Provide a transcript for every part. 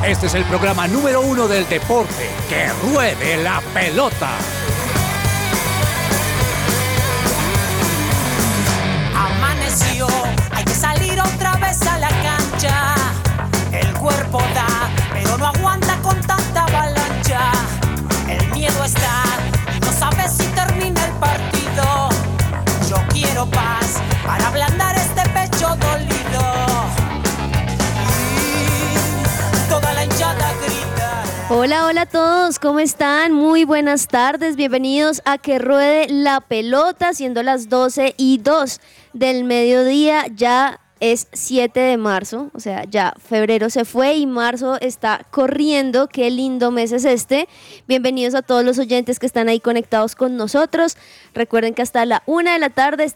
Este es el programa número 1 del deporte. ¡Que ruede la pelota! Amaneció, hay que salir otra vez a la cancha. El cuerpo da, pero no aguanta con tanta avalancha. El miedo está y no sabes si termina el partido. Yo quiero paz para ablandar este pecho dolido. Y toda la hinchada grita. Hola, hola a todos, ¿cómo están? Muy buenas tardes, bienvenidos a Que Ruede la Pelota, siendo las 12:02 del mediodía, ya es 7 de marzo, o sea, ya febrero se fue y marzo está corriendo. Qué lindo mes es este. Bienvenidos a todos los oyentes que están ahí conectados con nosotros. Recuerden que hasta la 1 de la tarde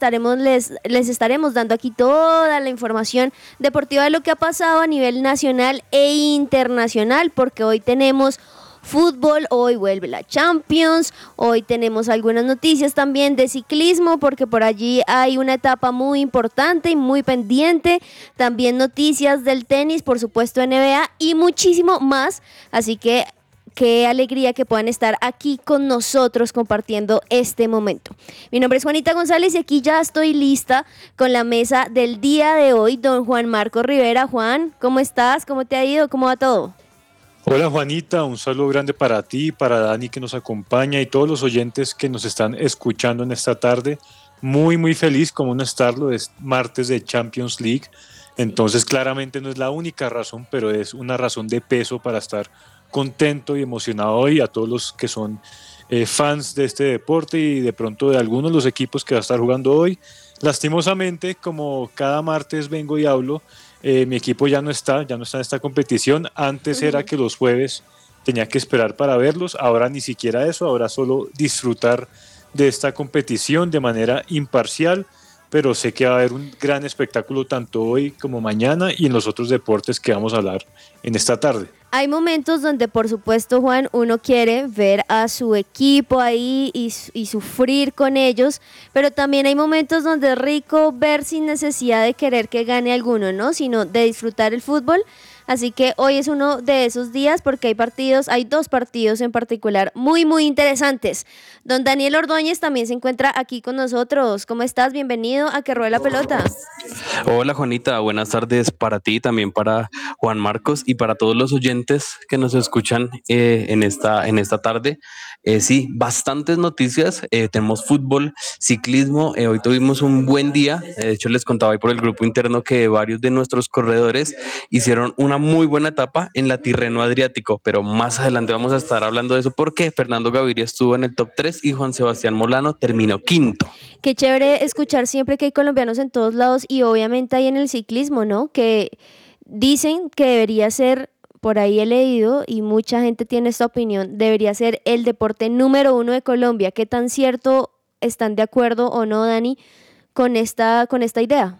les estaremos dando aquí toda la información deportiva de lo que ha pasado a nivel nacional e internacional, porque hoy tenemos fútbol, hoy vuelve la Champions, hoy tenemos algunas noticias también de ciclismo, porque por allí hay una etapa muy importante y muy pendiente, también noticias del tenis, por supuesto NBA y muchísimo más, así que qué alegría que puedan estar aquí con nosotros compartiendo este momento. Mi nombre es Juanita González y aquí ya estoy lista con la mesa del día de hoy, don Juan Marcos Rivera. Juan, ¿cómo estás? ¿Cómo te ha ido? ¿Cómo va todo? Hola Juanita, un saludo grande para ti, para Dani que nos acompaña y todos los oyentes que nos están escuchando en esta tarde. Muy feliz como no estarlo, es martes de Champions League, entonces claramente no es la única razón, pero es una razón de peso para estar contento y emocionado hoy. A todos los que son fans de este deporte y de pronto de algunos de los equipos que va a estar jugando hoy. Lastimosamente, como cada martes vengo y hablo, mi equipo ya no está en esta competición. Antes era que los jueves tenía que esperar para verlos, ahora ni siquiera eso, ahora solo disfrutar de esta competición de manera imparcial, pero sé que va a haber un gran espectáculo tanto hoy como mañana y en los otros deportes que vamos a hablar en esta tarde. Hay momentos donde, por supuesto, Juan, uno quiere ver a su equipo ahí y sufrir con ellos, pero también hay momentos donde es rico ver sin necesidad de querer que gane alguno, ¿no? Sino de disfrutar el fútbol. Así que hoy es uno de esos días porque hay dos partidos en particular muy interesantes. Don Daniel Ordóñez también se encuentra aquí con nosotros. ¿Cómo estás? Bienvenido a Que Ruede la Pelota. Hola Juanita, buenas tardes para ti, también para Juan Marcos y para todos los oyentes que nos escuchan en esta tarde. Sí, bastantes noticias, tenemos fútbol, ciclismo, hoy tuvimos un buen día. De hecho les contaba hoy por el grupo interno que varios de nuestros corredores hicieron una muy buena etapa en la Tirreno Adriático, pero más adelante vamos a estar hablando de eso porque Fernando Gaviria estuvo en el top 3 y Juan Sebastián Molano terminó quinto. Qué chévere escuchar siempre que hay colombianos en todos lados y obviamente hay en el ciclismo, ¿no? Que dicen que debería ser, por ahí he leído y mucha gente tiene esta opinión, debería ser el deporte número 1 de Colombia. ¿Qué tan cierto están de acuerdo o no, Dani, con esta idea?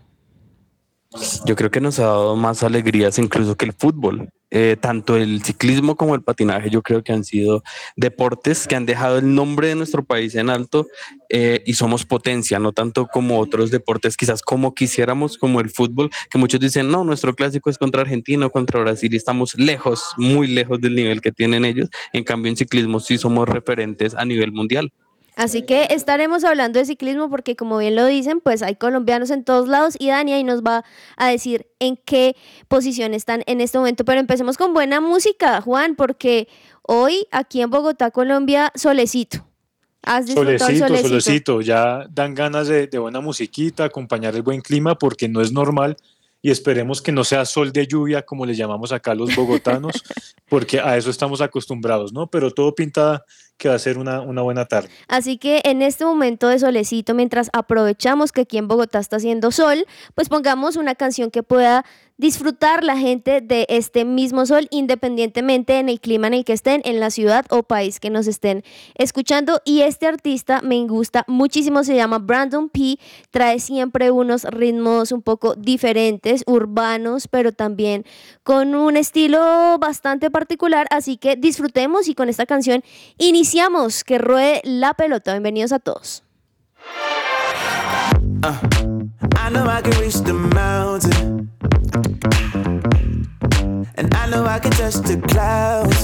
Yo creo que nos ha dado más alegrías incluso que el fútbol. Tanto el ciclismo como el patinaje yo creo que han sido deportes que han dejado el nombre de nuestro país en alto y somos potencia, no tanto como otros deportes quizás como quisiéramos, como el fútbol, que muchos dicen no, nuestro clásico es contra Argentina o contra Brasil y estamos lejos, muy lejos del nivel que tienen ellos. En cambio en ciclismo sí somos referentes a nivel mundial. Así que estaremos hablando de ciclismo porque, como bien lo dicen, pues hay colombianos en todos lados y Dani ahí nos va a decir en qué posición están en este momento. Pero empecemos con buena música, Juan, porque hoy aquí en Bogotá, Colombia, solecito. ¿Has disfrutado el Solecito, ya dan ganas de buena musiquita, acompañar el buen clima porque no es normal y esperemos que no sea sol de lluvia como le llamamos acá los bogotanos porque a eso estamos acostumbrados, ¿no? Pero todo pinta que va a ser una buena tarde. Así que en este momento de solecito, mientras aprovechamos que aquí en Bogotá está haciendo sol, pues pongamos una canción que pueda disfrutar la gente de este mismo sol, independientemente en el clima en el que estén, en la ciudad o país que nos estén escuchando. Y este artista me gusta muchísimo, se llama Brandon P. Trae siempre unos ritmos un poco diferentes, urbanos, pero también con un estilo bastante particular. Así que disfrutemos y con esta canción iniciamos Que Ruede la Pelota. Bienvenidos a todos. I know I can reach the mountain, and I know I can touch the clouds.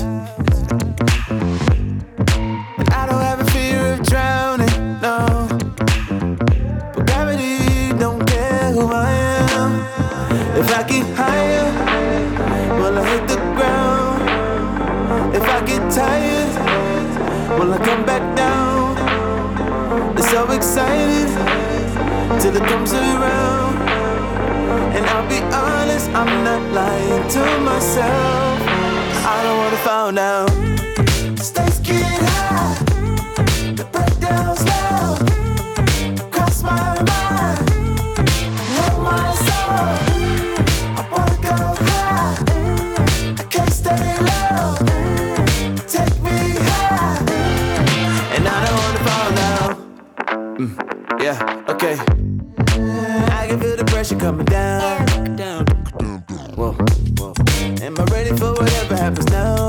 And I don't have a fear of drowning, no. But gravity don't care who I am. If I get higher, will I hit the ground? If I get tired, will I come back down? It's so exciting till it comes around. And I'll be honest, I'm not lying to myself. I don't wanna fall down. Stakes get high, the breakdown slow. Cross my mind, hold my soul. I wanna go high, I can't stay low. Take me high, and I don't wanna fall down. Yeah, okay. I can feel the pressure coming down. Whoa, whoa. Am I ready for whatever happens now?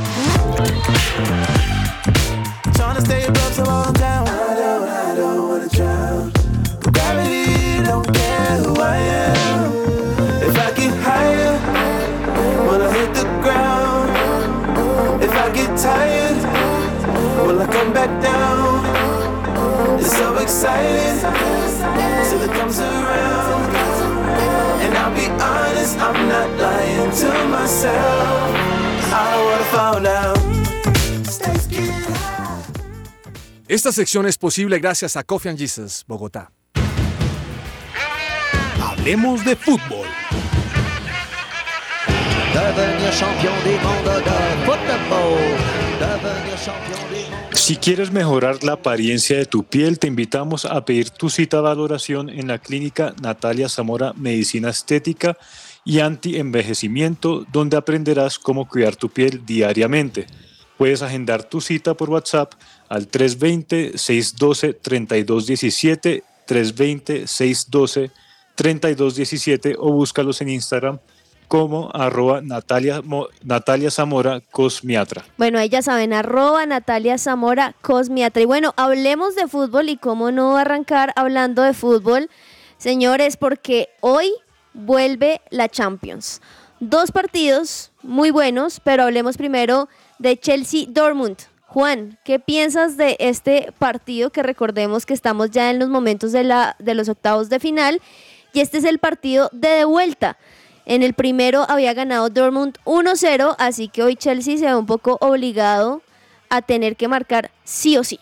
Trying to stay above, so I'm down. I don't wanna drown. But gravity don't care who I am. If I get higher, will I hit the ground? If I get tired, will I come back down? It's so exciting till it comes around. And I'll be honest, I'm not lying to myself. I don't wanna fall down. Stakes get high. Esta sección es posible gracias a Coffee and Jesus, Bogotá. Hablemos de fútbol. Devenir champion du monde de football. Devenir champion du monde. Si quieres mejorar la apariencia de tu piel, te invitamos a pedir tu cita de valoración en la clínica Natalia Zamora Medicina Estética y Anti-Envejecimiento, donde aprenderás cómo cuidar tu piel diariamente. Puedes agendar tu cita por WhatsApp al 320-612-3217, 320-612-3217 o búscalos en Instagram como @Natalia Zamora Cosmiatra. Bueno, ahí ya saben, @Natalia Zamora Cosmiatra. Y bueno, hablemos de fútbol y cómo no arrancar hablando de fútbol, señores, porque hoy vuelve la Champions. 2 partidos muy buenos, pero hablemos primero de Chelsea-Dortmund. Juan, ¿qué piensas de este partido? Que recordemos que estamos ya en los momentos de los octavos de final y este es el partido de vuelta. En el primero había ganado Dortmund 1-0, así que hoy Chelsea se ve un poco obligado a tener que marcar sí o sí.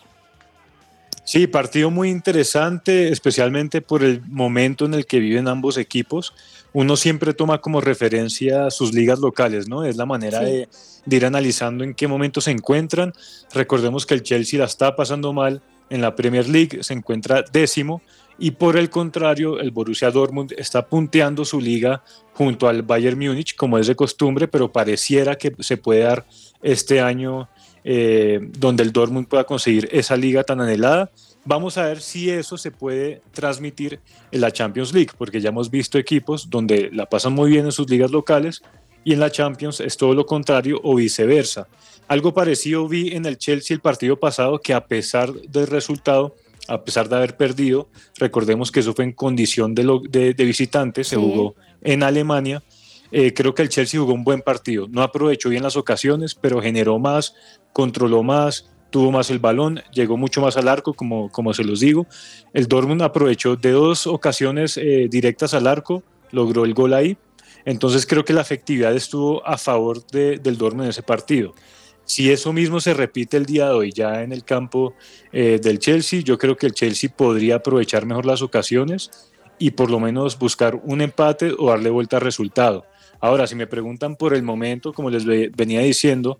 Sí, partido muy interesante, especialmente por el momento en el que viven ambos equipos. Uno siempre toma como referencia sus ligas locales, ¿no? Es la manera de ir analizando en qué momento se encuentran. Recordemos que el Chelsea la está pasando mal en la Premier League, se encuentra 10º, y por el contrario, el Borussia Dortmund está punteando su liga junto al Bayern Múnich, como es de costumbre, pero pareciera que se puede dar este año donde el Dortmund pueda conseguir esa liga tan anhelada. Vamos a ver si eso se puede transmitir en la Champions League, porque ya hemos visto equipos donde la pasan muy bien en sus ligas locales y en la Champions es todo lo contrario o viceversa. Algo parecido vi en el Chelsea el partido pasado, que a pesar del resultado, a pesar de haber perdido, recordemos que eso fue en condición de visitante, se jugó en Alemania. Creo que el Chelsea jugó un buen partido, no aprovechó bien las ocasiones, pero generó más, controló más, tuvo más el balón, llegó mucho más al arco, como se los digo. El Dortmund aprovechó de 2 ocasiones directas al arco, logró el gol ahí, entonces creo que la efectividad estuvo a favor del Dortmund en ese partido. Si eso mismo se repite el día de hoy ya en el campo del Chelsea, yo creo que el Chelsea podría aprovechar mejor las ocasiones y por lo menos buscar un empate o darle vuelta al resultado. Ahora, si me preguntan por el momento, como les venía diciendo,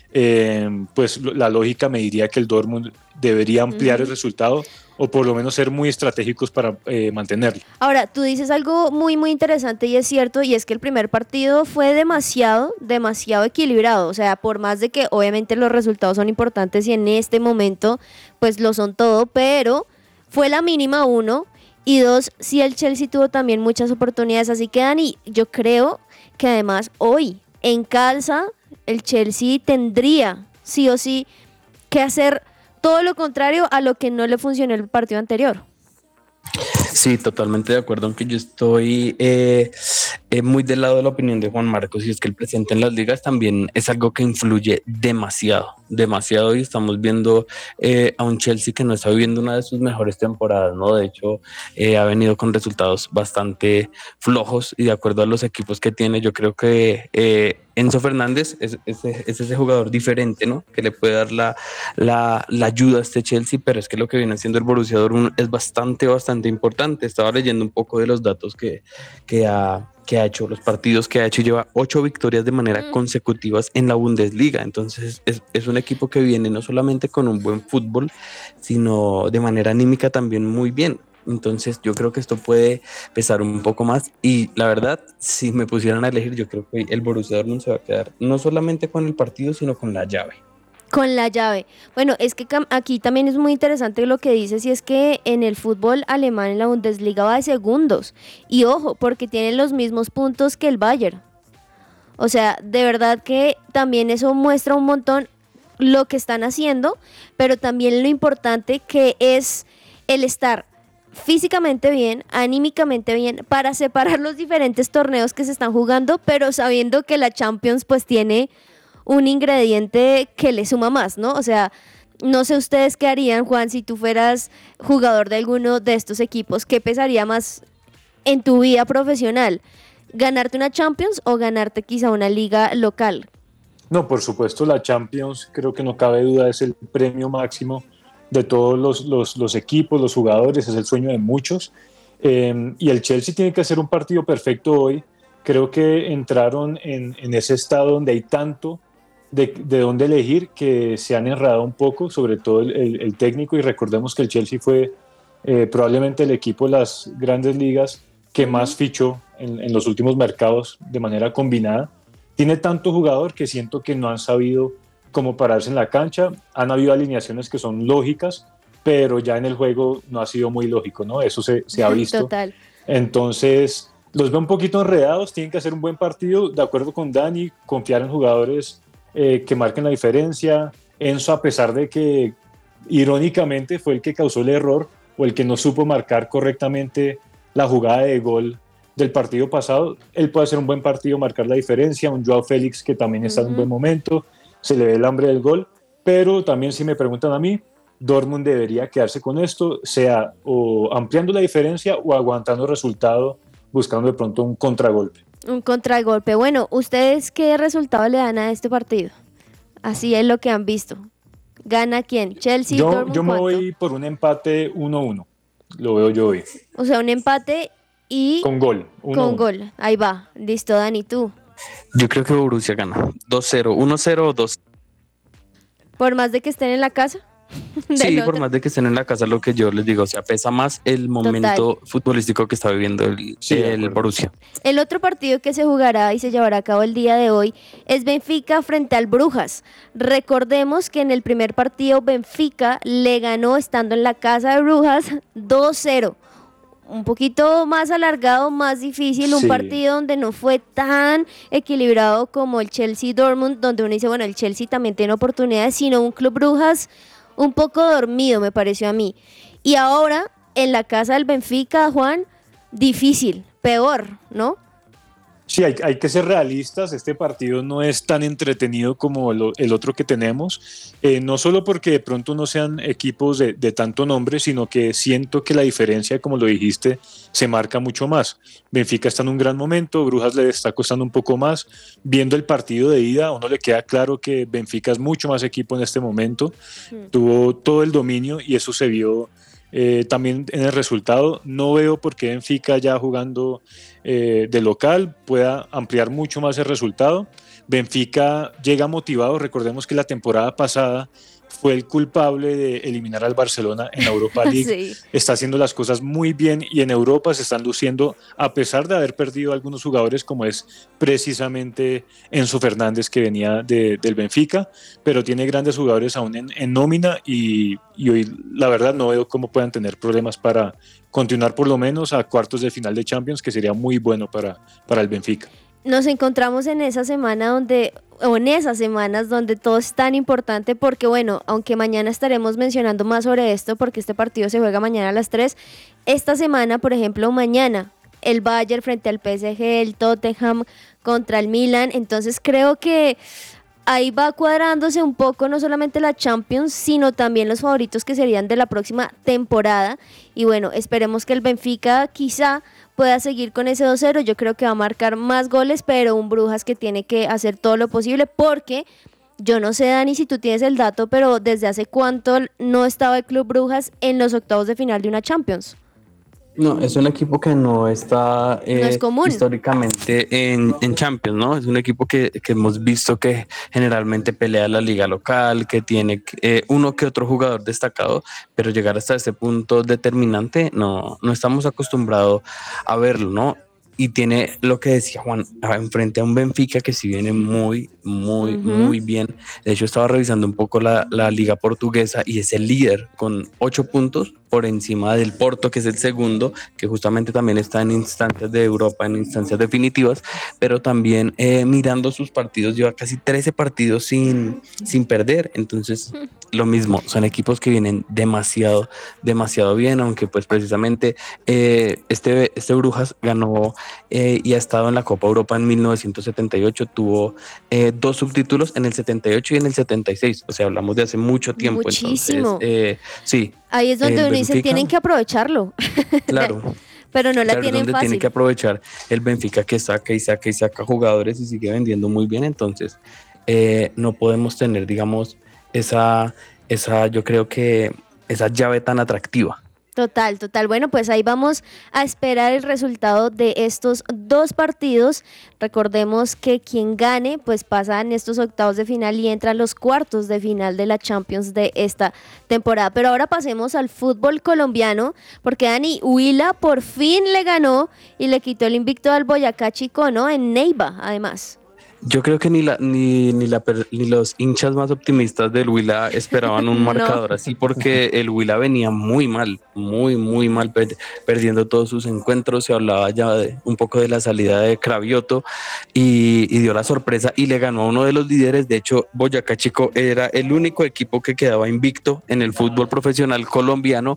pues la lógica me diría que el Dortmund debería ampliar el resultado o por lo menos ser muy estratégicos para mantenerlo. Ahora, tú dices algo muy, muy interesante y es cierto, y es que el primer partido fue demasiado equilibrado. O sea, por más de que obviamente los resultados son importantes y en este momento pues lo son todo, pero fue la mínima 1 y 2, sí el Chelsea tuvo también muchas oportunidades. Así que Dani, yo creo que además hoy en casa el Chelsea tendría sí o sí que hacer todo lo contrario a lo que no le funcionó el partido anterior. Sí, totalmente de acuerdo, aunque yo estoy muy del lado de la opinión de Juan Marcos, y es que el presente en las ligas también es algo que influye demasiado, demasiado, y estamos viendo a un Chelsea que no está viviendo una de sus mejores temporadas, ¿no? De hecho, ha venido con resultados bastante flojos, y de acuerdo a los equipos que tiene, yo creo que Enzo Fernández es ese jugador diferente, ¿no? Que le puede dar la ayuda a este Chelsea, pero es que lo que viene haciendo el Borussia Dortmund es bastante importante. Estaba leyendo un poco de los datos que ha hecho, los partidos que ha hecho, y lleva 8 victorias de manera consecutivas en la Bundesliga. Entonces es un equipo que viene no solamente con un buen fútbol, sino de manera anímica también muy bien. Entonces yo creo que esto puede pesar un poco más, y la verdad, si me pusieran a elegir, yo creo que el Borussia Dortmund se va a quedar no solamente con el partido, sino con la llave. Con la llave. Bueno, es que aquí también es muy interesante lo que dices, y es que en el fútbol alemán, en la Bundesliga, va de segundos. Y ojo, porque tienen los mismos puntos que el Bayern. O sea, de verdad que también eso muestra un montón lo que están haciendo, pero también lo importante que es el estar físicamente bien, anímicamente bien, para separar los diferentes torneos que se están jugando, pero sabiendo que la Champions pues tiene un ingrediente que le suma más, ¿no? O sea, no sé ustedes qué harían, Juan, si tú fueras jugador de alguno de estos equipos. ¿Qué pesaría más en tu vida profesional? ¿Ganarte una Champions o ganarte quizá una liga local? No, por supuesto, la Champions, creo que no cabe duda, es el premio máximo de todos los equipos, los jugadores, es el sueño de muchos. Y el Chelsea tiene que hacer un partido perfecto hoy. Creo que entraron en ese estado donde hay tanto de dónde elegir, que se han enredado un poco, sobre todo el técnico, y recordemos que el Chelsea fue probablemente el equipo de las grandes ligas que más fichó en los últimos mercados de manera combinada. Tiene tanto jugador que siento que no han sabido cómo pararse en la cancha. Han habido alineaciones que son lógicas, pero ya en el juego no ha sido muy lógico, ¿no? Eso se ha visto. Total. Entonces, los veo un poquito enredados, tienen que hacer un buen partido, de acuerdo con Dani, confiar en jugadores que marquen la diferencia. Enzo, a pesar de que irónicamente fue el que causó el error o el que no supo marcar correctamente la jugada de gol del partido pasado, él puede hacer un buen partido, marcar la diferencia. Un Joao Félix que también está en un buen momento, se le ve el hambre del gol, pero también, si me preguntan a mí, Dortmund debería quedarse con esto, sea o ampliando la diferencia o aguantando el resultado, buscando de pronto un contragolpe. Un contragolpe. Bueno, ¿ustedes qué resultado le dan a este partido? Así es lo que han visto. ¿Gana quién? ¿Chelsea? ¿Dortmund? Yo me ¿Cuánto? voy por un empate 1-1. Lo veo yo hoy. O sea, un empate y Con gol. 1-1. con gol. Ahí va. Listo, Dani, ¿tú? Yo creo que Borussia gana 2-0, 1-0 o 2. ¿Por más de que estén en la casa? Sí, Del por otro. más de que estén en la casa, lo que yo les digo, o sea, pesa más el momento futbolístico que está viviendo Sí, de el acuerdo. Borussia. El otro partido que se jugará y se llevará a cabo el día de hoy es Benfica frente al Brujas. Recordemos que en el primer partido Benfica le ganó, estando en la casa de Brujas, 2-0. Un poquito más alargado, más difícil, un Sí. partido donde no fue tan equilibrado como el Chelsea-Dortmund, donde uno dice, bueno, el Chelsea también tiene oportunidades, sino un Club Brujas un poco dormido, me pareció a mí. Y ahora, en la casa del Benfica, Juan, difícil, peor, ¿no? Sí, hay que ser realistas. Este partido no es tan entretenido como el otro que tenemos, no solo porque de pronto no sean equipos de tanto nombre, sino que siento que la diferencia, como lo dijiste, se marca mucho más. Benfica está en un gran momento, Brujas le está costando un poco más. Viendo el partido de ida, a uno le queda claro que Benfica es mucho más equipo en este momento, tuvo todo el dominio y eso se vio también en el resultado. No veo por qué Benfica, ya jugando de local, pueda ampliar mucho más el resultado. Benfica llega motivado. Recordemos que la temporada pasada fue el culpable de eliminar al Barcelona en la Europa League. Sí. Está haciendo las cosas muy bien y en Europa se están luciendo, a pesar de haber perdido algunos jugadores, como es precisamente Enzo Fernández, que venía del Benfica, pero tiene grandes jugadores aún en nómina, y hoy la verdad no veo cómo puedan tener problemas para continuar por lo menos a cuartos de final de Champions, que sería muy bueno para el Benfica. Nos encontramos en esa semana o en esas semanas donde todo es tan importante, porque bueno, aunque mañana estaremos mencionando más sobre esto, porque este partido se juega mañana a las 3, esta semana, por ejemplo, mañana el Bayern frente al PSG, el Tottenham contra el Milan. Entonces creo que ahí va cuadrándose un poco no solamente la Champions, sino también los favoritos que serían de la próxima temporada. Y bueno, esperemos que el Benfica quizá pueda seguir con ese 2-0. Yo creo que va a marcar más goles, pero un Brujas que tiene que hacer todo lo posible, porque yo no sé, Dani, si tú tienes el dato, pero ¿desde hace cuánto no estaba el Club Brujas en los octavos de final de una Champions? No, es un equipo que no está No es común. históricamente en Champions, ¿no? Es un equipo que hemos visto que generalmente pelea la liga local, que tiene uno que otro jugador destacado, pero llegar hasta este punto determinante no estamos acostumbrados a verlo, ¿no? Y tiene lo que decía Juan, enfrente a un Benfica que sí viene muy bien. De hecho, estaba revisando un poco la liga portuguesa y es el líder con 8 puntos por encima del Porto, que es el segundo, que justamente también está en instancias de Europa, en instancias definitivas, pero también mirando sus partidos, lleva casi 13 partidos sin perder. Entonces, lo mismo, son equipos que vienen demasiado bien, aunque pues precisamente este Brujas ganó y ha estado en la Copa Europa en 1978, tuvo 2 subtítulos en el 78 y en el 76, o sea, hablamos de hace mucho tiempo. Muchísimo. Entonces, sí. Ahí es donde uno dice, tienen que aprovecharlo. Claro. Pero no la claro, tienen donde fácil. Tiene que aprovechar el Benfica que saca jugadores y sigue vendiendo muy bien. Entonces, no podemos tener, digamos, esa yo creo que esa llave tan atractiva. Total. Bueno, pues ahí vamos a esperar el resultado de estos 2 partidos. Recordemos que quien gane, pues pasa en estos octavos de final y entra a los cuartos de final de la Champions de esta temporada. Pero ahora pasemos al fútbol colombiano, porque Dani, Huila por fin le ganó y le quitó el invicto al Boyacá Chico, ¿no? En Neiva, además. Yo creo que ni los hinchas más optimistas del Huila esperaban un marcador así, porque el Huila venía muy mal, perdiendo todos sus encuentros. Se hablaba ya un poco de la salida de Cravioto y dio la sorpresa y le ganó a uno de los líderes. De hecho, Boyacá Chico era el único equipo que quedaba invicto en el fútbol profesional colombiano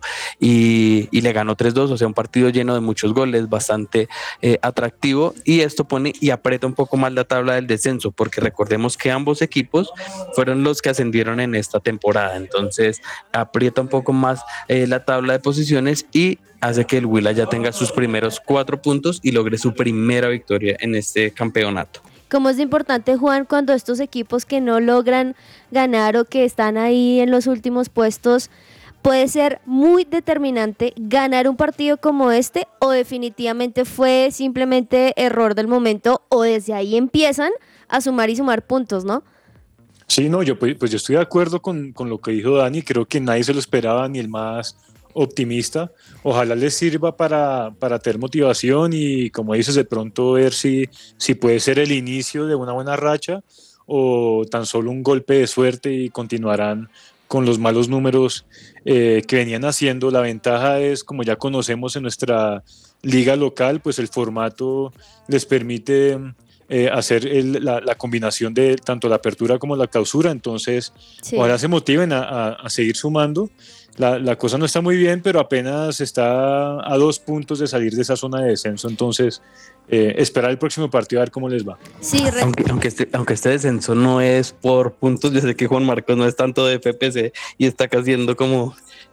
y le ganó 3-2, o sea, un partido lleno de muchos goles, bastante atractivo, y esto pone y aprieta un poco más la tabla del descenso, porque recordemos que ambos equipos fueron los que ascendieron en esta temporada. Entonces aprieta un poco más la tabla de posiciones y hace que el Huila ya tenga sus primeros 4 puntos y logre su primera victoria en este campeonato. ¿Cómo es importante, Juan, cuando estos equipos que no logran ganar o que están ahí en los últimos puestos, puede ser muy determinante ganar un partido como este, o definitivamente fue simplemente error del momento, o desde ahí empiezan a sumar y sumar puntos, ¿no? Sí, no, yo estoy de acuerdo con lo que dijo Dani. Creo que nadie se lo esperaba, ni el más optimista. Ojalá les sirva para tener motivación y, como dices, de pronto ver si puede ser el inicio de una buena racha o tan solo un golpe de suerte y continuarán con los malos números que venían haciendo. La ventaja es, como ya conocemos en nuestra liga local, pues el formato les permite hacer la combinación de tanto la apertura como la clausura. Entonces, sí, ojalá se motiven a seguir sumando. La cosa no está muy bien, pero apenas está a 2 puntos de salir de esa zona de descenso. Entonces, esperar el próximo partido a ver cómo les va. Sí, aunque este descenso no es por puntos, yo sé que Juan Marcos no es tanto de FPC y está casi siendo como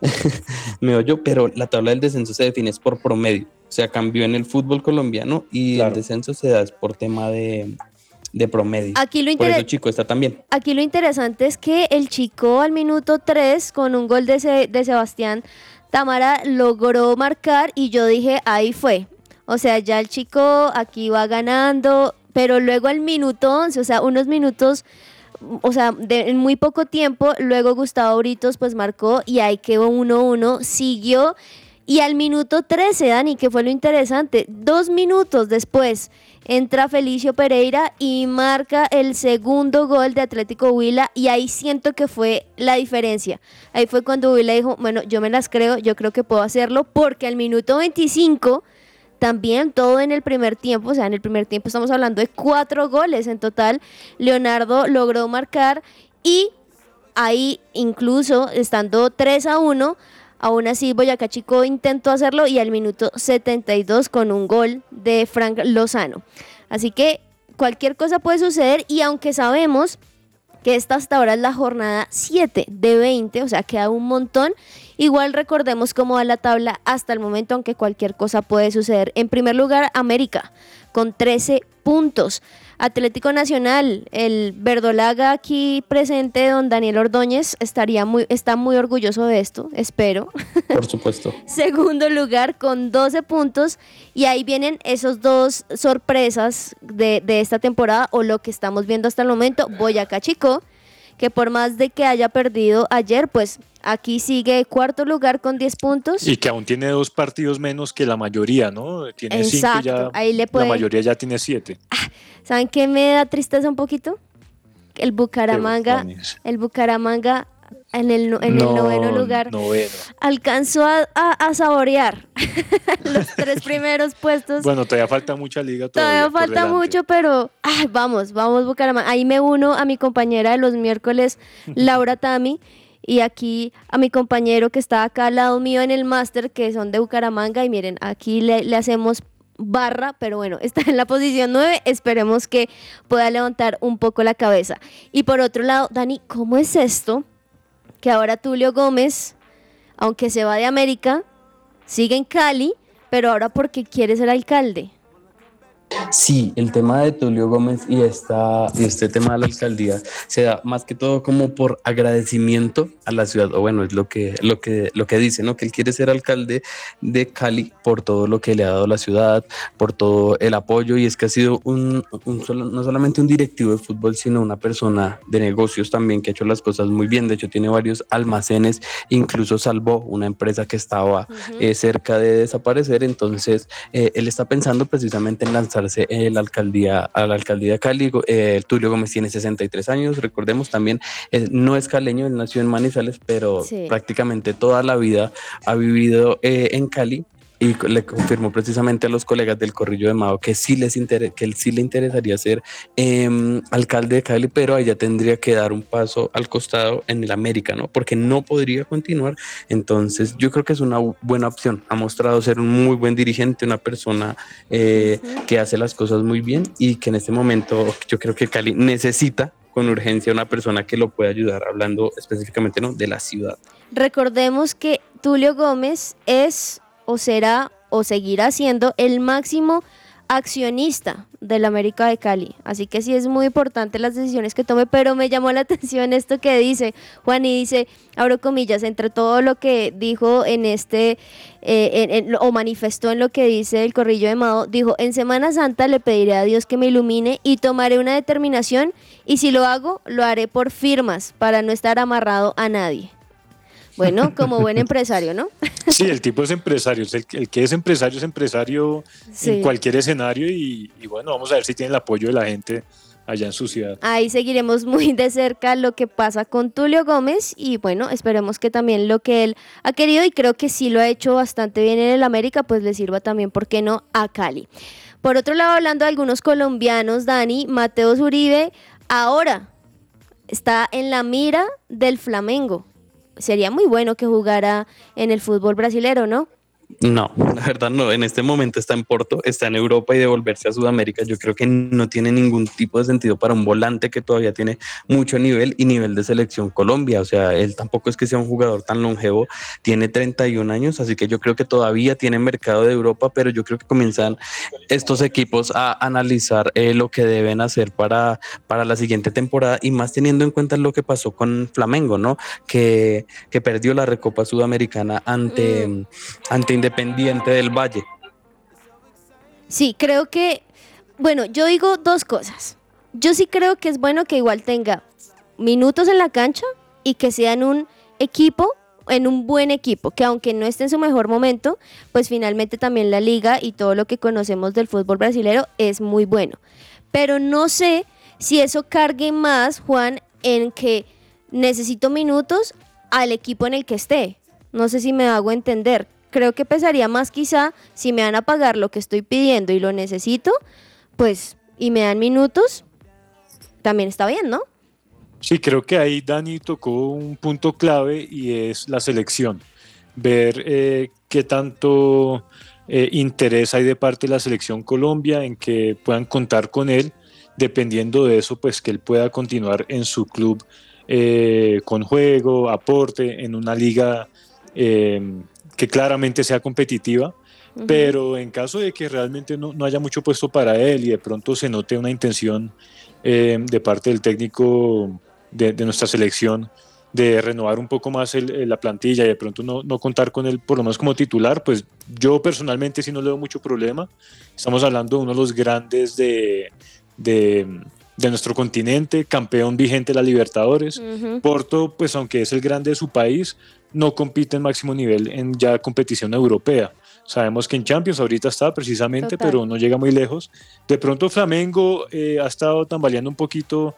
meollo, pero la tabla del descenso se define por promedio. O sea, cambió en el fútbol colombiano y claro, el descenso se da por tema de promedio. Por eso Chico está también. Aquí lo interesante es que el Chico al minuto 3, con un gol de Sebastián Tamara, logró marcar y yo dije, ahí fue. O sea, ya el Chico aquí va ganando, pero luego al minuto 11, o sea, unos minutos, o sea, en muy poco tiempo, luego Gustavo Britos pues marcó y ahí quedó 1-1, siguió. Y al minuto 13, Dani, que fue lo interesante, 2 minutos después entra Felicio Pereira y marca el segundo gol de Atlético Huila, y ahí siento que fue la diferencia. Ahí fue cuando Huila dijo, bueno, yo me las creo, yo creo que puedo hacerlo, porque al minuto 25 también todo en el primer tiempo, o sea, en el primer tiempo estamos hablando de 4 goles en total. Leonardo logró marcar y ahí, incluso estando 3-1, Aún así, Boyacá Chico intentó hacerlo y al minuto 72 con un gol de Frank Lozano. Así que cualquier cosa puede suceder y aunque sabemos que esta hasta ahora es la jornada 7 de 20, o sea, queda un montón. Igual recordemos cómo va la tabla hasta el momento, aunque cualquier cosa puede suceder. En primer lugar, América, con 13 puntos. Atlético Nacional, el verdolaga aquí presente, don Daniel Ordóñez, está muy orgulloso de esto, espero. Por supuesto. Segundo lugar con 12 puntos y ahí vienen esos dos sorpresas de esta temporada o lo que estamos viendo hasta el momento. Boyacá Chico, que por más de que haya perdido ayer, pues aquí sigue cuarto lugar con 10 puntos. Y que aún tiene 2 partidos menos que la mayoría, ¿no? Tiene 5 ya, ahí le puede... la mayoría ya tiene 7. ¿Saben qué me da tristeza un poquito? El Bucaramanga en el noveno lugar alcanzó a saborear los 3 primeros puestos. Bueno, todavía falta mucha liga. Todavía falta mucho, pero vamos Bucaramanga. Ahí me uno a mi compañera de los miércoles, Laura Tami, y aquí a mi compañero que está acá al lado mío en el máster, que son de Bucaramanga, y miren, aquí le hacemos barra, pero bueno, está en la posición 9, esperemos que pueda levantar un poco la cabeza. Y por otro lado, Dani, ¿cómo es esto? Que ahora Tulio Gómez, aunque se va de América, sigue en Cali, pero ahora porque quiere ser alcalde. Sí, el tema de Tulio Gómez y este tema de la alcaldía se da más que todo como por agradecimiento a la ciudad, o bueno, es lo que dice, ¿no? Que él quiere ser alcalde de Cali por todo lo que le ha dado la ciudad, por todo el apoyo, y es que ha sido no solamente un directivo de fútbol, sino una persona de negocios también que ha hecho las cosas muy bien. De hecho, tiene varios almacenes, incluso salvó una empresa que estaba cerca de desaparecer. Entonces, él está pensando precisamente en lanzarse a la alcaldía de Cali. Tulio Gómez tiene 63 años, recordemos también, no es caleño, él nació en Manizales, pero prácticamente toda la vida ha vivido en Cali, y le confirmó precisamente a los colegas del Corrillo de Mao que él sí le interesaría ser alcalde de Cali, pero ella tendría que dar un paso al costado en el América, ¿no? Porque no podría continuar. Entonces yo creo que es una buena opción. Ha mostrado ser un muy buen dirigente, una persona que hace las cosas muy bien, y que en este momento yo creo que Cali necesita con urgencia una persona que lo pueda ayudar, hablando específicamente, ¿no?, de la ciudad. Recordemos que Tulio Gómez es o será o seguirá siendo el máximo accionista del América de Cali, así que sí es muy importante las decisiones que tome, pero me llamó la atención esto que dice Juan, y dice, abro comillas, entre todo lo que dijo en o manifestó en lo que dice el Corrillo de Mao, dijo, en Semana Santa le pediré a Dios que me ilumine y tomaré una determinación, y si lo hago, lo haré por firmas, para no estar amarrado a nadie. Bueno, como buen empresario, ¿no? Sí, el tipo es empresario, el que es empresario en cualquier escenario, y bueno, vamos a ver si tiene el apoyo de la gente allá en su ciudad. Ahí seguiremos muy de cerca lo que pasa con Tulio Gómez, y bueno, esperemos que también lo que él ha querido, y creo que sí lo ha hecho bastante bien en el América, pues le sirva también, ¿por qué no?, a Cali. Por otro lado, hablando de algunos colombianos, Dani, Mateus Uribe ahora está en la mira del Flamengo. Sería muy bueno que jugara en el fútbol brasilero, ¿no? No, la verdad no, en este momento está en Porto, está en Europa, y devolverse a Sudamérica yo creo que no tiene ningún tipo de sentido para un volante que todavía tiene mucho nivel y nivel de selección Colombia. O sea, él tampoco es que sea un jugador tan longevo, tiene 31 años, así que yo creo que todavía tiene mercado de Europa, pero yo creo que comienzan estos equipos a analizar lo que deben hacer para la siguiente temporada, y más teniendo en cuenta lo que pasó con Flamengo, ¿no? Que perdió la Recopa Sudamericana ante Independiente del Valle. Sí, creo que, bueno, yo digo dos cosas. Yo sí creo que es bueno que igual tenga minutos en la cancha y que sea en un equipo, en un buen equipo, que aunque no esté en su mejor momento, pues finalmente también la liga y todo lo que conocemos del fútbol brasilero es muy bueno. Pero no sé si eso cargue más, Juan, en que necesito minutos al equipo en el que esté. No sé si me hago entender. Creo que pesaría más quizá si me van a pagar lo que estoy pidiendo y lo necesito, pues, y me dan minutos, también está bien, ¿no? Sí, creo que ahí Dani tocó un punto clave, y es la selección. ver qué tanto interés hay de parte de la selección Colombia en que puedan contar con él, dependiendo de eso, pues que él pueda continuar en su club con juego, aporte, en una liga que claramente sea competitiva. Pero en caso de que realmente no haya mucho puesto para él y de pronto se note una intención de parte del técnico de nuestra selección de renovar un poco más la plantilla y de pronto no contar con él por lo menos como titular, pues yo personalmente sí no le veo mucho problema. Estamos hablando de uno de los grandes de nuestro continente, campeón vigente de la Libertadores. Porto, pues aunque es el grande de su país, no compite en máximo nivel en ya competición europea. Sabemos que en Champions ahorita está precisamente, Total. pero no llega muy lejos. De pronto Flamengo ha estado tambaleando un poquito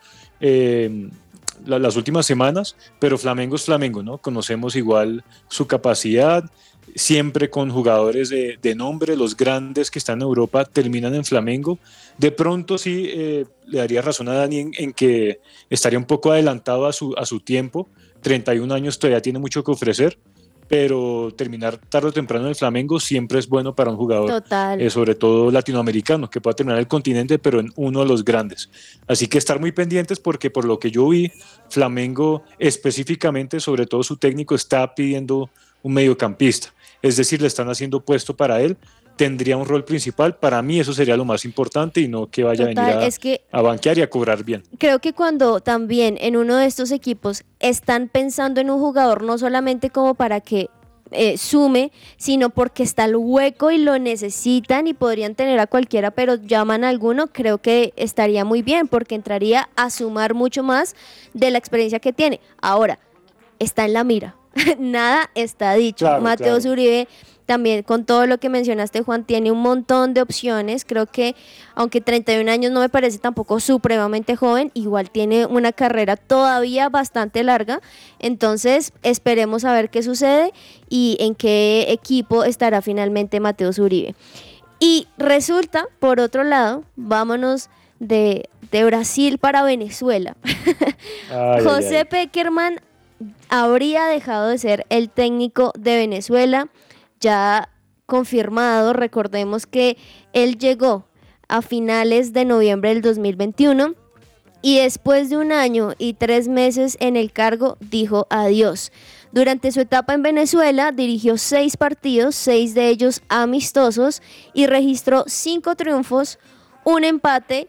las últimas semanas, pero Flamengo es Flamengo, ¿no? Conocemos igual su capacidad, siempre con jugadores de nombre, los grandes que están en Europa terminan en Flamengo. De pronto sí le daría razón a Dani en que estaría un poco adelantado a su tiempo, 31 años todavía tiene mucho que ofrecer, pero terminar tarde o temprano en el Flamengo siempre es bueno para un jugador, Total. sobre todo latinoamericano, que pueda terminar en el continente, pero en uno de los grandes. Así que estar muy pendientes porque por lo que yo vi, Flamengo específicamente, sobre todo su técnico, está pidiendo un mediocampista. Es decir, le están haciendo puesto para él, tendría un rol principal. Para mí eso sería lo más importante y no que vaya Total, a venir es que a banquear y a cobrar bien. creo que cuando también en uno de estos equipos están pensando en un jugador no solamente como para que sume, sino porque está el hueco y lo necesitan y podrían tener a cualquiera, pero llaman a alguno, creo que estaría muy bien porque entraría a sumar mucho más de la experiencia que tiene. Ahora, está en la mira, nada está dicho. Claro, Mateo claro. Uribe también, con todo lo que mencionaste, Juan, tiene un montón de opciones. Creo que aunque 31 años no me parece tampoco supremamente joven, igual tiene una carrera todavía bastante larga. Entonces esperemos a ver qué sucede y en qué equipo estará finalmente Mateo Uribe. Y resulta, por otro lado, vámonos de Brasil para Venezuela. Ay, José ay, ay. Pekerman habría dejado de ser el técnico de Venezuela, ya confirmado. Recordemos que él llegó a finales de noviembre del 2021 y después de 1 año y 3 meses en el cargo dijo adiós. Durante su etapa en Venezuela dirigió 6 partidos, 6 de ellos amistosos, y registró 5 triunfos, 1 empate,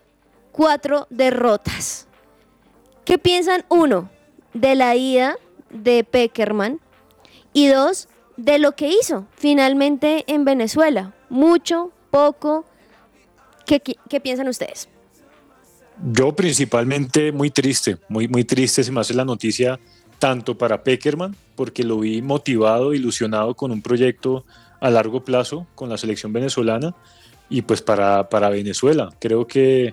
4 derrotas. ¿Qué piensan? 1, de la ida de Pekerman, y 2, de lo que hizo finalmente en Venezuela. Mucho, poco. ¿Qué piensan ustedes? Yo principalmente muy triste, muy triste se me hace la noticia, tanto para Pekerman, porque lo vi motivado, ilusionado con un proyecto a largo plazo con la selección venezolana, y pues para Venezuela. Creo que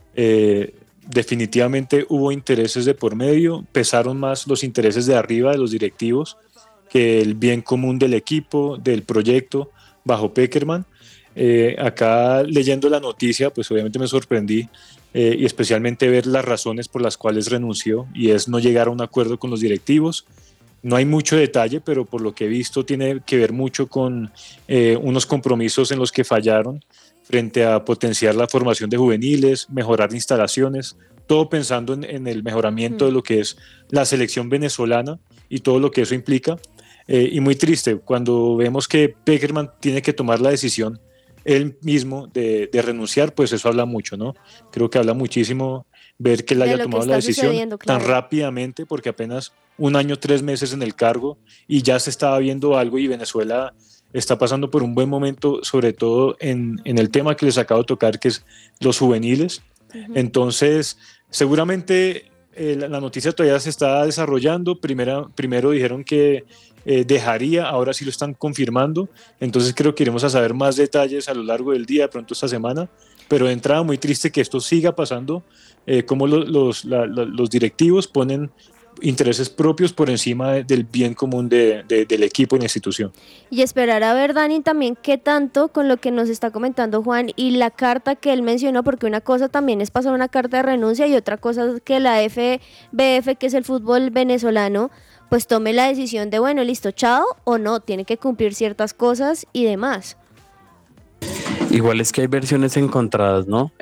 definitivamente hubo intereses de por medio, pesaron más los intereses de arriba de los directivos que el bien común del equipo, del proyecto bajo Pekerman. Acá leyendo la noticia, pues obviamente me sorprendí, y especialmente ver las razones por las cuales renunció, y es no llegar a un acuerdo con los directivos. No hay mucho detalle, pero por lo que he visto tiene que ver mucho con unos compromisos en los que fallaron frente a potenciar la formación de juveniles, mejorar instalaciones, todo pensando en el mejoramiento de lo que es la selección venezolana y todo lo que eso implica. Y muy triste cuando vemos que Pekerman tiene que tomar la decisión él mismo de renunciar, pues eso habla mucho, ¿no? Creo que habla muchísimo ver que él De haya lo que tomado está la decisión sucediendo, claro. tan rápidamente, porque apenas 1 año, 3 meses en el cargo y ya se estaba viendo algo, y Venezuela está pasando por un buen momento, sobre todo en el tema que les acabo de tocar, que es los juveniles. Entonces, seguramente la noticia todavía se está desarrollando. Primero dijeron que dejaría, ahora sí lo están confirmando. Entonces creo que iremos a saber más detalles a lo largo del día, de pronto esta semana. Pero de entrada muy triste que esto siga pasando, como los directivos ponen intereses propios por encima del bien común del equipo y la institución. Y esperar a ver, Dani, también qué tanto con lo que nos está comentando Juan y la carta que él mencionó, porque una cosa también es pasar una carta de renuncia y otra cosa es que la FBF, que es el fútbol venezolano, pues tome la decisión de, bueno, listo, chao, o no, tiene que cumplir ciertas cosas y demás. Igual es que hay versiones encontradas, ¿no?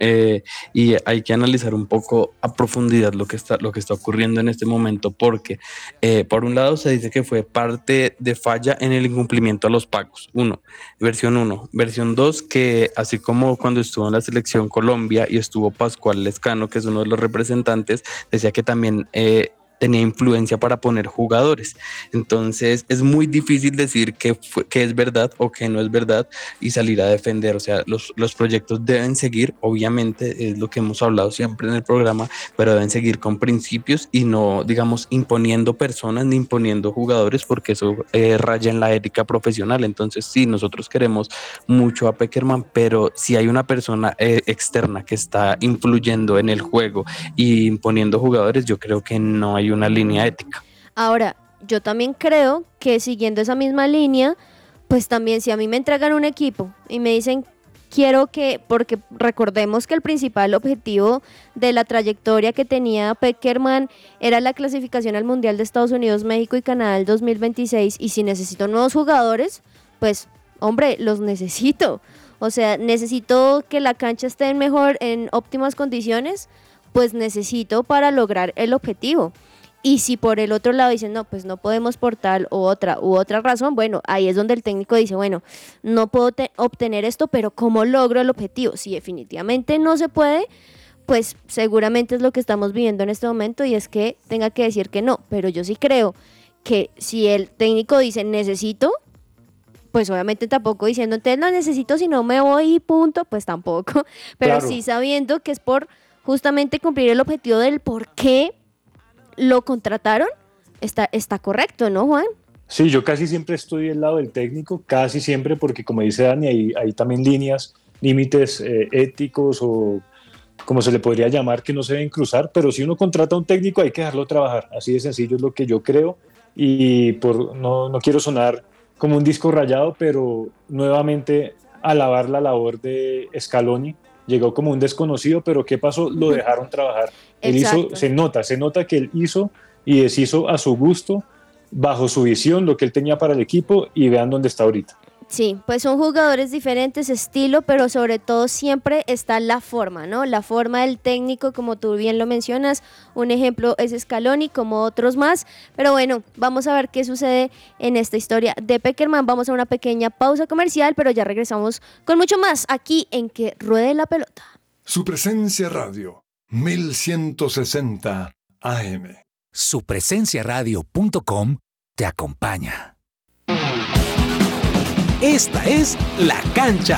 Y hay que analizar un poco a profundidad lo que está ocurriendo en este momento, porque por un lado se dice que fue parte de falla en el incumplimiento a los pagos, versión 1. Versión 2, que así como cuando estuvo en la selección Colombia y estuvo Pascual Lescano, que es uno de los representantes, decía que también tenía influencia para poner jugadores. Entonces es muy difícil decir que es verdad o que no es verdad y salir a defender. O sea, los proyectos deben seguir, obviamente, es lo que hemos hablado siempre en el programa, pero deben seguir con principios y no, digamos, imponiendo personas ni imponiendo jugadores, porque eso raya en la ética profesional. Entonces sí, nosotros queremos mucho a Pekerman, pero si hay una persona externa que está influyendo en el juego y imponiendo jugadores, yo creo que no hay una línea ética. Ahora, yo también creo que siguiendo esa misma línea, pues también si a mí me entregan un equipo y me dicen quiero que, porque recordemos que el principal objetivo de la trayectoria que tenía Pekerman era la clasificación al Mundial de Estados Unidos, México y Canadá del 2026, y si necesito nuevos jugadores, pues hombre, los necesito. O sea, necesito que la cancha esté en óptimas condiciones, pues necesito para lograr el objetivo. Y si por el otro lado dicen, no, pues no podemos por tal u otra razón, bueno, ahí es donde el técnico dice, bueno, no puedo obtener esto, pero ¿cómo logro el objetivo? Si definitivamente no se puede, pues seguramente es lo que estamos viviendo en este momento, y es que tenga que decir que no. Pero yo sí creo que si el técnico dice necesito, pues obviamente tampoco diciendo, entonces no necesito, si no me voy y punto, pues tampoco. Pero claro, sí sabiendo que es por justamente cumplir el objetivo del por qué lo contrataron, está correcto, ¿no, Juan? Sí, yo casi siempre estoy del lado del técnico, casi siempre, porque como dice Dani, hay también límites éticos o como se le podría llamar, que no se deben cruzar, pero si uno contrata a un técnico hay que dejarlo trabajar, así de sencillo es lo que yo creo, y no quiero sonar como un disco rayado, pero nuevamente alabar la labor de Scaloni. Llegó como un desconocido, pero ¿qué pasó? Lo dejaron trabajar. Él hizo, se nota que él hizo y deshizo a su gusto, bajo su visión, lo que él tenía para el equipo, y vean dónde está ahorita. Sí, pues son jugadores diferentes, estilo, pero sobre todo siempre está la forma, ¿no? La forma del técnico, como tú bien lo mencionas, un ejemplo es Scaloni, como otros más, pero bueno, vamos a ver qué sucede en esta historia de Pekerman. Vamos a una pequeña pausa comercial, pero ya regresamos con mucho más aquí en Que Ruede la Pelota. Su presencia radio, 1160 AM. Supresenciaradio.com te acompaña. Esta es La Cancha.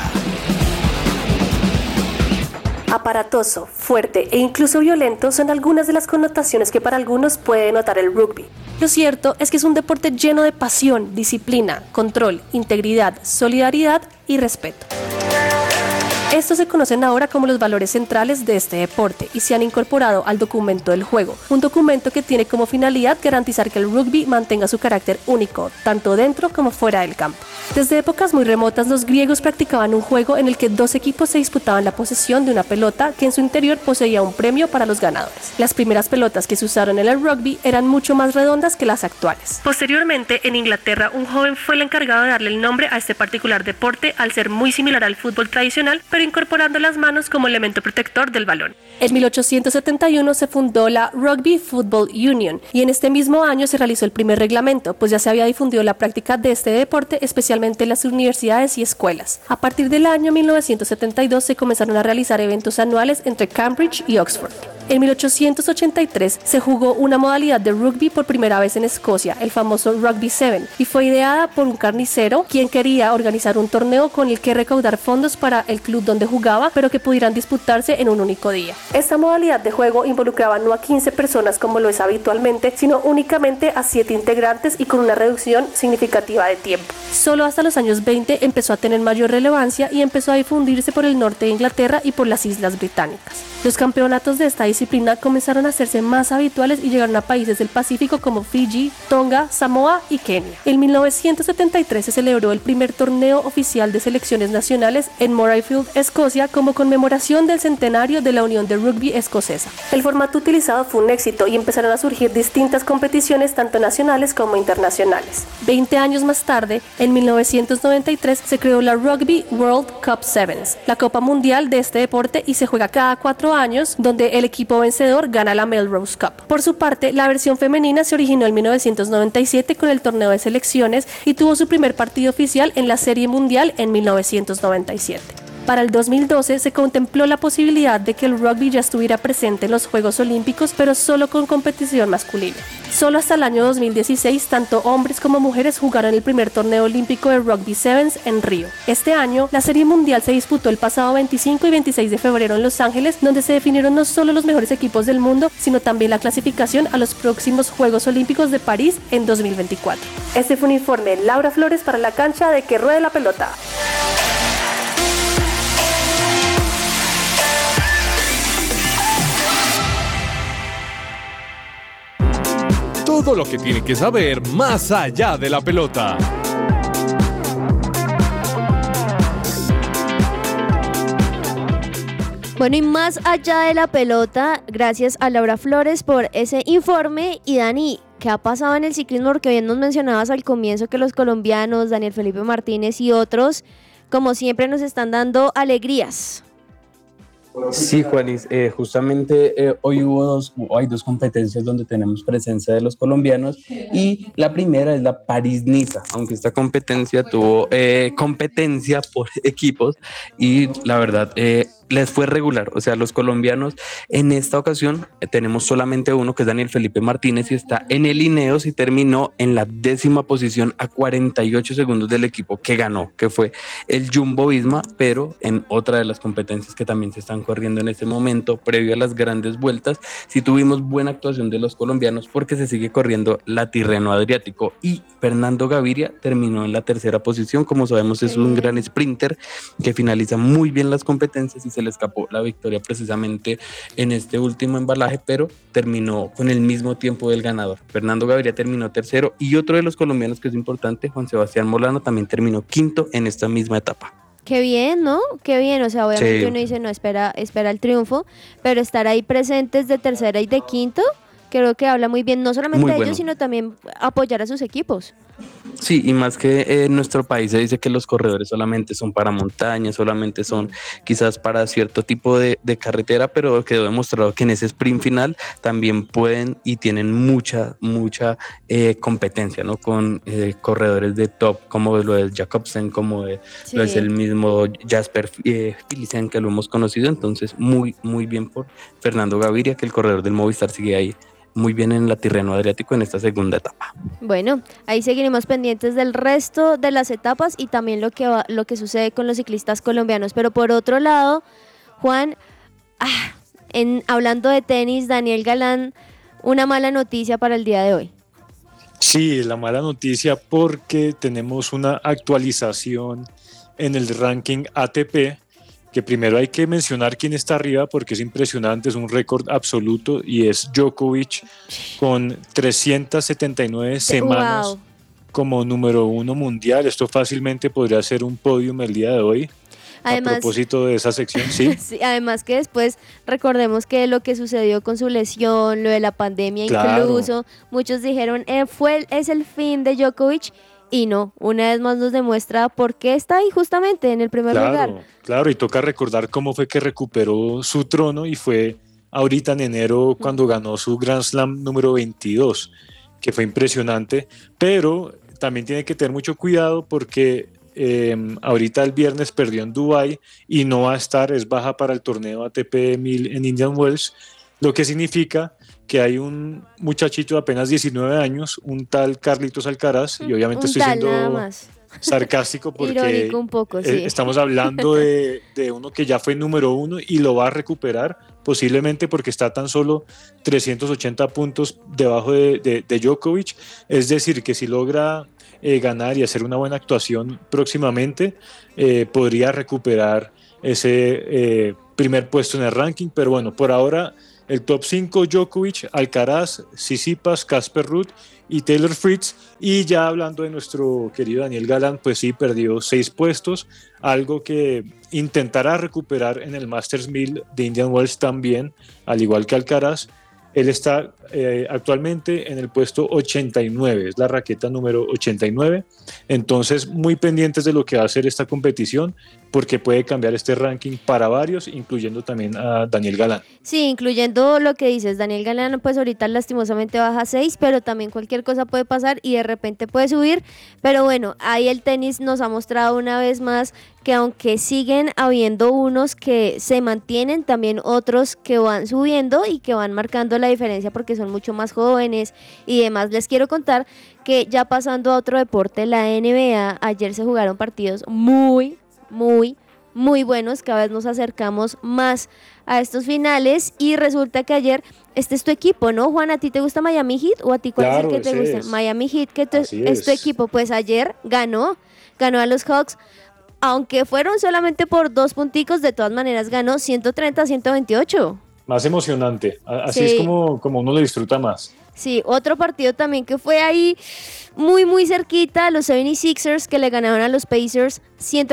Aparatoso, fuerte e incluso violento son algunas de las connotaciones que para algunos puede denotar el rugby. Lo cierto es que es un deporte lleno de pasión, disciplina, control, integridad, solidaridad y respeto. Estos se conocen ahora como los valores centrales de este deporte y se han incorporado al documento del juego, un documento que tiene como finalidad garantizar que el rugby mantenga su carácter único, tanto dentro como fuera del campo. Desde épocas muy remotas, los griegos practicaban un juego en el que dos equipos se disputaban la posesión de una pelota que en su interior poseía un premio para los ganadores. Las primeras pelotas que se usaron en el rugby eran mucho más redondas que las actuales. Posteriormente, en Inglaterra, un joven fue el encargado de darle el nombre a este particular deporte al ser muy similar al fútbol tradicional, pero incorporando las manos como elemento protector del balón. En 1871 se fundó la Rugby Football Union y en este mismo año se realizó el primer reglamento, pues ya se había difundido la práctica de este deporte, especialmente en las universidades y escuelas. A partir del año 1972 se comenzaron a realizar eventos anuales entre Cambridge y Oxford. En 1883 se jugó una modalidad de rugby por primera vez en Escocia, el famoso Rugby 7, y fue ideada por un carnicero quien quería organizar un torneo con el que recaudar fondos para el club donde jugaba, pero que pudieran disputarse en un único día. Esta modalidad de juego involucraba no a 15 personas como lo es habitualmente, sino únicamente a 7 integrantes y con una reducción significativa de tiempo. Solo hasta los años 20 empezó a tener mayor relevancia y empezó a difundirse por el norte de Inglaterra y por las Islas Británicas. Los campeonatos de esta disciplina disciplina comenzaron a hacerse más habituales y llegaron a países del Pacífico como Fiji, Tonga, Samoa y Kenia. En 1973 se celebró el primer torneo oficial de selecciones nacionales en Murrayfield, Escocia, como conmemoración del centenario de la Unión de Rugby Escocesa. El formato utilizado fue un éxito y empezaron a surgir distintas competiciones tanto nacionales como internacionales. 20 años más tarde, en 1993, se creó la Rugby World Cup Sevens, la Copa Mundial de este deporte, y se juega cada 4 años, donde el equipo vencedor gana la Melrose Cup. Por su parte, la versión femenina se originó en 1997 con el torneo de selecciones y tuvo su primer partido oficial en la Serie Mundial en 1997. Para el 2012 se contempló la posibilidad de que el rugby ya estuviera presente en los Juegos Olímpicos, pero solo con competición masculina. Solo hasta el año 2016, tanto hombres como mujeres jugaron el primer torneo olímpico de Rugby Sevens en Río. Este año, la Serie Mundial se disputó el pasado 25 y 26 de febrero en Los Ángeles, donde se definieron no solo los mejores equipos del mundo, sino también la clasificación a los próximos Juegos Olímpicos de París en 2024. Este fue un informe de Laura Flores para la cancha de Que Ruede la Pelota. Todo lo que tiene que saber más allá de la pelota. Bueno, y más allá de la pelota, gracias a Laura Flores por ese informe. Y Dani, ¿qué ha pasado en el ciclismo? Porque bien nos mencionabas al comienzo que los colombianos, Daniel Felipe Martínez y otros, como siempre, nos están dando alegrías. Sí, Juanis, justamente hoy hay dos competencias donde tenemos presencia de los colombianos, y la primera es la París-Niza, aunque esta competencia tuvo competencia por equipos y la verdad les fue regular. O sea, los colombianos en esta ocasión tenemos solamente uno, que es Daniel Felipe Martínez, y está en el Ineos y terminó en la 10ª posición a 48 segundos del equipo que ganó, que fue el Jumbo Visma, pero en otra de las competencias que también se están corriendo en este momento, previo a las grandes vueltas, sí tuvimos buena actuación de los colombianos porque se sigue corriendo la Tirreno Adriático y Fernando Gaviria terminó en la 3ª posición. Como sabemos, es un gran sprinter que finaliza muy bien las competencias y se le escapó la victoria precisamente en este último embalaje, pero terminó con el mismo tiempo del ganador. Fernando Gaviria terminó 3º y otro de los colombianos que es importante, Juan Sebastián Molano, también terminó 5º en esta misma etapa. Qué bien, ¿no? Qué bien, o sea, obviamente sí. Uno dice, no, espera el triunfo, pero estar ahí presentes de 3ª y de 5º, creo que habla muy bien, no solamente de ellos, sino también apoyar a sus equipos. Sí, y más que en nuestro país se dice que los corredores solamente son para montaña, solamente son quizás para cierto tipo de carretera, pero quedó demostrado que en ese sprint final también pueden y tienen mucha competencia, ¿no? Con corredores de top, como lo es Jacobsen, como lo es el mismo Jasper Philipsen, que lo hemos conocido. Entonces, muy bien por Fernando Gaviria, que el corredor del Movistar sigue ahí muy bien en la Tirreno Adriático en esta segunda etapa. Bueno, ahí seguiremos pendientes del resto de las etapas y también lo que sucede con los ciclistas colombianos. Pero por otro lado, Juan, hablando de tenis, Daniel Galán, una mala noticia para el día de hoy. Sí, la mala noticia porque tenemos una actualización en el ranking ATP, que primero hay que mencionar quién está arriba porque es impresionante, es un récord absoluto, y es Djokovic con 379 semanas como número 1 mundial. Esto fácilmente podría ser un podium el día de hoy. Además, a propósito de esa sección, sí. Sí, además que después recordemos que lo que sucedió con su lesión, lo de la pandemia, claro. Incluso muchos dijeron es el fin de Djokovic. Y no, una vez más nos demuestra por qué está ahí justamente en el primer lugar. Claro, y toca recordar cómo fue que recuperó su trono, y fue ahorita en enero cuando ganó su Grand Slam número 22, que fue impresionante, pero también tiene que tener mucho cuidado porque ahorita el viernes perdió en Dubái y no va a estar, es baja para el torneo ATP 1000 en Indian Wells, lo que significa que hay un muchachito de apenas 19 años, un tal Carlitos Alcaraz, y obviamente estoy siendo sarcástico porque irónico un poco, sí. Estamos hablando de uno que ya fue número 1 y lo va a recuperar, posiblemente porque está tan solo 380 puntos debajo de Djokovic. Es decir, que si logra ganar y hacer una buena actuación próximamente, podría recuperar ese primer puesto en el ranking, pero bueno, por ahora el top 5: Djokovic, Alcaraz, Tsitsipas, Casper Ruud y Taylor Fritz. Y ya hablando de nuestro querido Daniel Galán, pues sí, perdió 6 puestos, algo que intentará recuperar en el Masters 1000 de Indian Wells también, al igual que Alcaraz. Él está actualmente en el puesto 89, es la raqueta número 89, entonces muy pendientes de lo que va a hacer esta competición, porque puede cambiar este ranking para varios, incluyendo también a Daniel Galán. Sí, incluyendo lo que dices, Daniel Galán pues ahorita lastimosamente baja 6, pero también cualquier cosa puede pasar y de repente puede subir, pero bueno, ahí el tenis nos ha mostrado una vez más que aunque siguen habiendo unos que se mantienen, también otros que van subiendo y que van marcando la diferencia porque son mucho más jóvenes y demás. Les quiero contar que ya pasando a otro deporte, la NBA, ayer se jugaron partidos muy buenos, cada vez nos acercamos más a estos finales y resulta que ayer, este es tu equipo, ¿no, Juan? ¿A ti te gusta Miami Heat o a ti cuál Claro, es el que te gusta? es. Miami Heat, que es tu es. equipo, pues ayer ganó a los Hawks, aunque fueron solamente por 2 punticos, de todas maneras ganó 130-128. Más emocionante, así Sí. es como uno lo disfruta más. Sí, otro partido también que fue ahí muy cerquita, los 76ers que le ganaron a los Pacers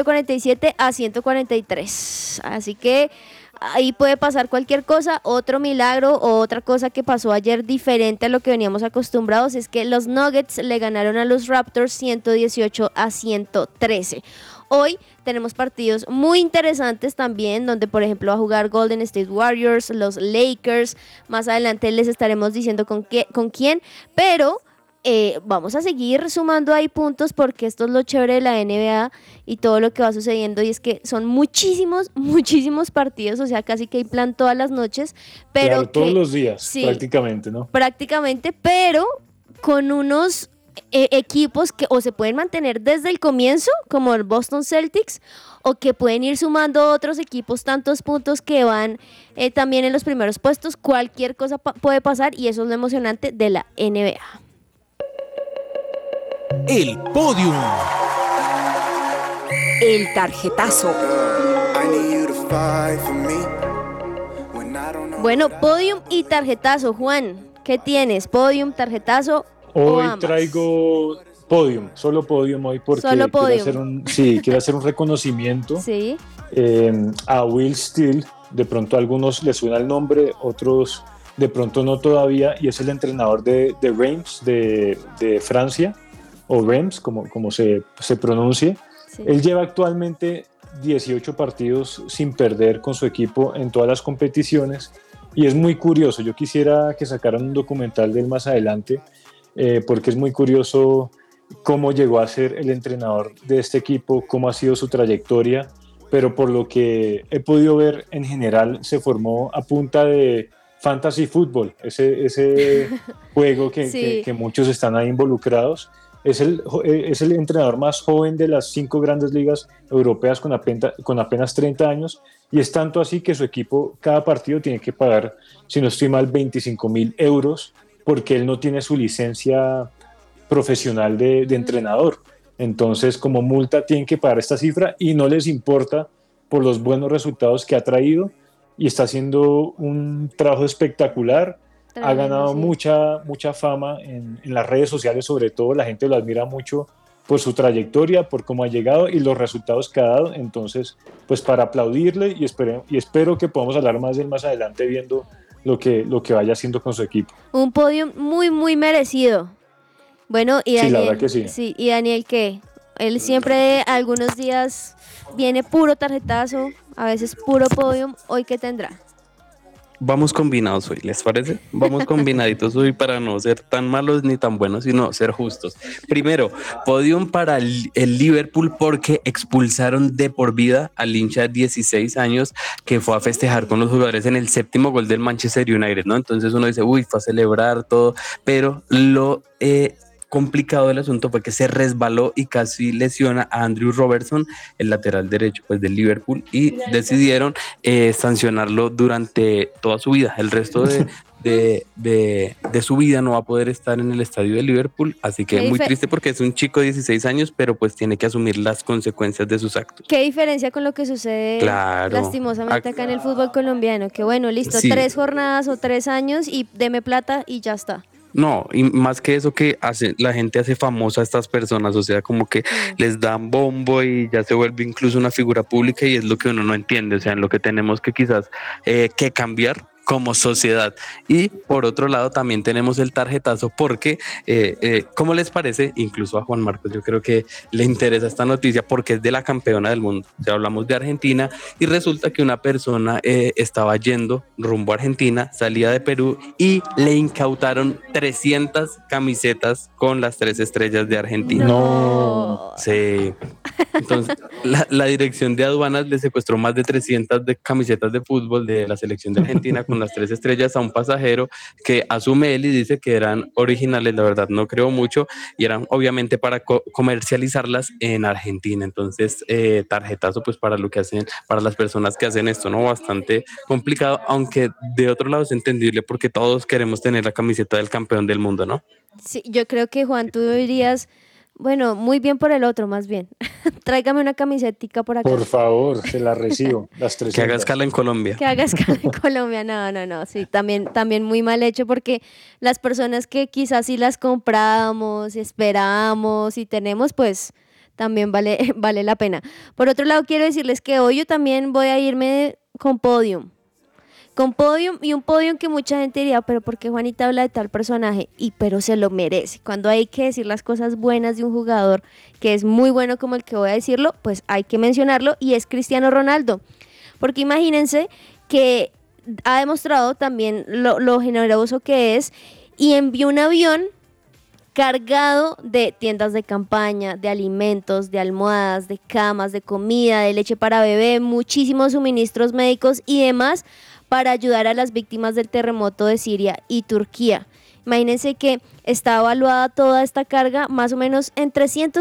147-143. Así que ahí puede pasar cualquier cosa. Otro milagro o otra cosa que pasó ayer diferente a lo que veníamos acostumbrados es que los Nuggets le ganaron a los Raptors 118-113. Hoy tenemos partidos muy interesantes también, donde por ejemplo va a jugar Golden State Warriors, los Lakers. Más adelante les estaremos diciendo con quién, pero vamos a seguir sumando ahí puntos porque esto es lo chévere de la NBA y todo lo que va sucediendo, y es que son muchísimos partidos, o sea, casi que hay plan todas las noches, pero Claro, todos los días, sí, prácticamente, ¿no? prácticamente, pero con unos equipos que o se pueden mantener desde el comienzo, como el Boston Celtics, o que pueden ir sumando otros equipos tantos puntos que van también en los primeros puestos. Cualquier cosa puede pasar y eso es lo emocionante de la NBA. El podium. El tarjetazo. Bueno, podium y tarjetazo. Juan, ¿qué tienes? ¿Podium, tarjetazo o Hoy ambas? traigo podium, solo podium hoy, porque Solo podium. quiero hacer un reconocimiento Sí, a Will Steele. De pronto a algunos les suena el nombre, otros de pronto no todavía, y es el entrenador de Reims de Francia, o Reims, como se pronuncie. sí. Él lleva actualmente 18 partidos sin perder con su equipo en todas las competiciones, y es muy curioso. Yo quisiera que sacaran un documental de él más adelante, porque es muy curioso cómo llegó a ser el entrenador de este equipo, cómo ha sido su trayectoria, pero por lo que he podido ver en general se formó a punta de fantasy fútbol, ese juego Sí. que muchos están ahí involucrados. Es el entrenador más joven de las 5 grandes ligas europeas con apenas 30 años, y es tanto así que su equipo cada partido tiene que pagar, si no estoy mal, 25.000 euros, porque él no tiene su licencia profesional de entrenador. Entonces, como multa, tienen que pagar esta cifra y no les importa por los buenos resultados que ha traído, y está haciendo un trabajo espectacular. Ha ganado sí. mucha fama en las redes sociales, sobre todo la gente lo admira mucho por su trayectoria, por cómo ha llegado y los resultados que ha dado. Entonces, pues para aplaudirle, y espero que podamos hablar más de él más adelante, viendo lo que vaya haciendo con su equipo. Un podio muy merecido. Bueno, y Sí, Daniel, la verdad que sí. Sí, y Daniel, ¿qué? Él siempre algunos días viene puro tarjetazo, a veces puro podium. ¿Hoy qué tendrá? Vamos combinados hoy, ¿les parece? Vamos combinaditos hoy para no ser tan malos ni tan buenos, sino ser justos. Primero, podium para el Liverpool, porque expulsaron de por vida al hincha de 16 años que fue a festejar con los jugadores en el 7º gol del Manchester United, ¿no? Entonces uno dice, uy, fue a celebrar todo, pero lo complicado del asunto fue que se resbaló y casi lesiona a Andrew Robertson, el lateral derecho pues del Liverpool, y decidieron sancionarlo durante toda su vida, el resto de su vida no va a poder estar en el estadio de Liverpool, así que muy triste porque es un chico de 16 años, pero pues tiene que asumir las consecuencias de sus actos. ¿Qué diferencia con lo que sucede lastimosamente acá en el fútbol colombiano? Que bueno, listo, sí. 3 jornadas o 3 años y deme plata y ya está. No, y más que eso que la gente hace famosa a estas personas, o sea, como que les dan bombo y ya se vuelve incluso una figura pública y es lo que uno no entiende, o sea, en lo que tenemos que quizás que cambiar como sociedad. Y por otro lado también tenemos el tarjetazo porque, ¿cómo les parece? Incluso a Juan Marcos yo creo que le interesa esta noticia porque es de la campeona del mundo. O sea, hablamos de Argentina y resulta que una persona estaba yendo rumbo a Argentina, salía de Perú y le incautaron 300 camisetas con las 3 estrellas de Argentina. No. Sí. Entonces, la dirección de aduanas le secuestró más de 300 de camisetas de fútbol de la selección de Argentina con las 3 estrellas a un pasajero que asume él y dice que eran originales. La verdad no creo mucho y eran obviamente para comercializarlas en Argentina. Entonces, tarjetazo pues para lo que hacen, para las personas que hacen esto, ¿no? Bastante complicado, aunque de otro lado es entendible porque todos queremos tener la camiseta del campeón del mundo, ¿no? Sí, yo creo que Juan, tú dirías, bueno, muy bien por el otro, más bien. Tráigame una camisetica por acá. Por favor, se la recibo, las 300. Que haga escala en Colombia. Que haga escala en Colombia, no, sí, también muy mal hecho porque las personas que quizás sí las compramos, esperamos y tenemos, pues también vale la pena. Por otro lado, quiero decirles que hoy yo también voy a irme con Podium. Con Podium y un Podium que mucha gente diría, pero ¿por qué Juanita habla de tal personaje? Pero se lo merece. Cuando hay que decir las cosas buenas de un jugador que es muy bueno como el que voy a decirlo, pues hay que mencionarlo y es Cristiano Ronaldo. Porque imagínense que ha demostrado también lo generoso que es y envió un avión cargado de tiendas de campaña, de alimentos, de almohadas, de camas, de comida, de leche para bebé, muchísimos suministros médicos y demás para ayudar a las víctimas del terremoto de Siria y Turquía. Imagínense que está evaluada toda esta carga más o menos en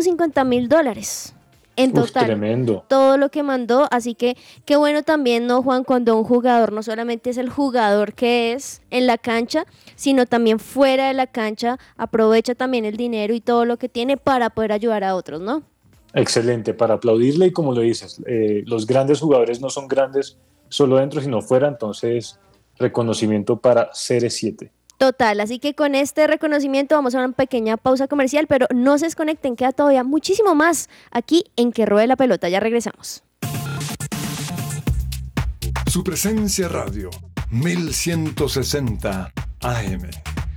$350,000 en total. Tremendo. Todo lo que mandó, así que qué bueno también, ¿no, Juan? Cuando un jugador no solamente es el jugador que es en la cancha, sino también fuera de la cancha, aprovecha también el dinero y todo lo que tiene para poder ayudar a otros, ¿no? Excelente, para aplaudirle y como lo dices, los grandes jugadores no son grandes solo dentro, sino fuera, entonces reconocimiento para CR7. Total, así que con este reconocimiento vamos a una pequeña pausa comercial, pero no se desconecten, queda todavía muchísimo más aquí en Que Ruede la Pelota, ya regresamos. Su presencia radio, 1160 AM.